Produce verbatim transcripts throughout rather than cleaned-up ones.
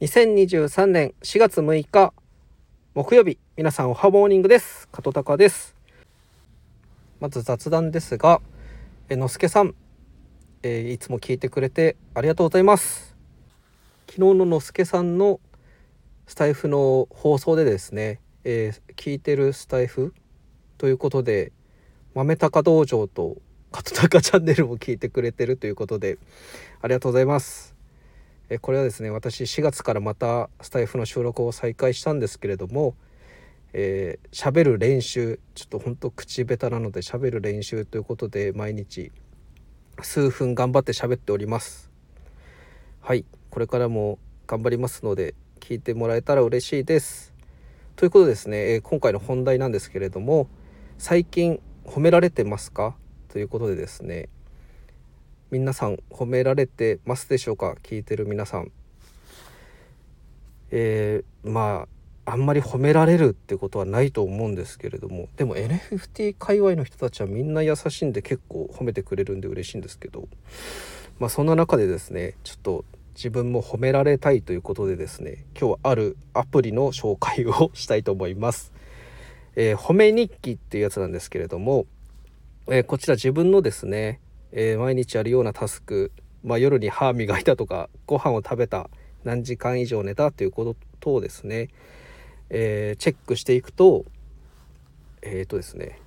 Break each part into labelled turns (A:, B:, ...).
A: にせんにじゅうさんねんしがつむいか木曜日、皆さんおはモーニングです。加藤隆です。まず雑談ですが、えのすけさん、えー、いつも聞いてくれてありがとうございます。昨日ののすけさんのスタイフの放送でですね、えー、聞いてるスタイフということで豆高道場と加藤隆チャンネルも聞いてくれてるということでありがとうございます。えこれはですね、私しがつからまたスタイフの収録を再開したんですけれども、えー、喋る練習、ちょっとほんと口下手なので喋る練習ということで毎日数分頑張って喋っております。はい、これからも頑張りますので聞いてもらえたら嬉しいです。ということでですね、えー、今回の本題なんですけれども、最近褒められてますかということでですね、皆さん褒められてますでしょうか。聞いてる皆さん、えー、まああんまり褒められるってことはないと思うんですけれども、でも エヌエフティー 界隈の人たちはみんな優しいんで結構褒めてくれるんで嬉しいんですけど、まあそんな中でですね、ちょっと自分も褒められたいということでですね、今日はあるアプリの紹介をしたいと思います。えー、褒め日記っていうやつなんですけれども、えー、こちら自分のですね、えー、毎日やるようなタスク、まあ、夜に歯磨いたとかご飯を食べた、何時間以上寝たということをですね、えー、チェックしていくとえっ、ー、とですね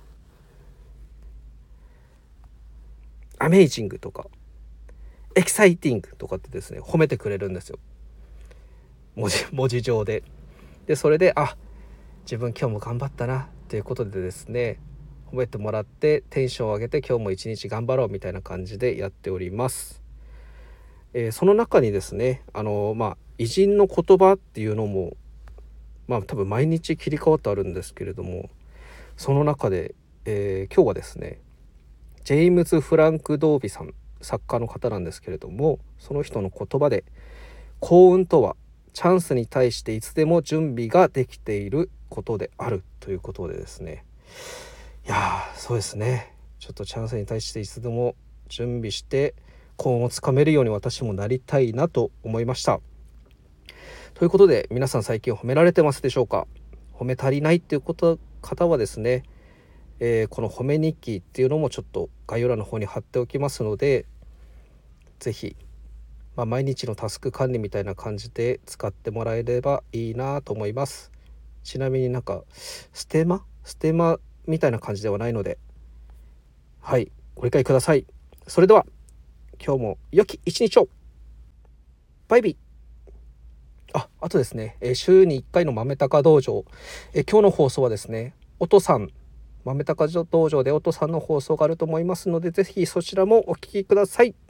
A: アメイジングとかエキサイティングとかってですね褒めてくれるんですよ、文字文字上で。でそれであ自分今日も頑張ったなということでですね、褒めてもらってテンションを上げて今日も一日頑張ろうみたいな感じでやっております。えー、その中にですね、あのまあ偉人の言葉っていうのもまあ多分毎日切り替わってあるんですけれども、その中で、えー、今日はですねジェームズ・フランク・ドービさん、作家の方なんですけれども、その人の言葉で、幸運とはチャンスに対していつでも準備ができていることであるということでですね、いやーそうですね、ちょっとチャンスに対していつでも準備して幸運をつかめるように私もなりたいなと思いました。ということで皆さん最近褒められてますでしょうか。褒め足りないっていうこと方はですね、えー、この褒め日記っていうのもちょっと概要欄の方に貼っておきますので、ぜひ、まあ、毎日のタスク管理みたいな感じで使ってもらえればいいなと思います。ちなみになんかステマステマみたいな感じではないので、はいご理解ください。それでは今日も良き一日を。バイビー。あ、あとですね、えー、週にいっかいの豆高道場、えー、今日の放送はですね、おとさん豆高道場でおとさんの放送があると思いますので、ぜひそちらもお聞きください。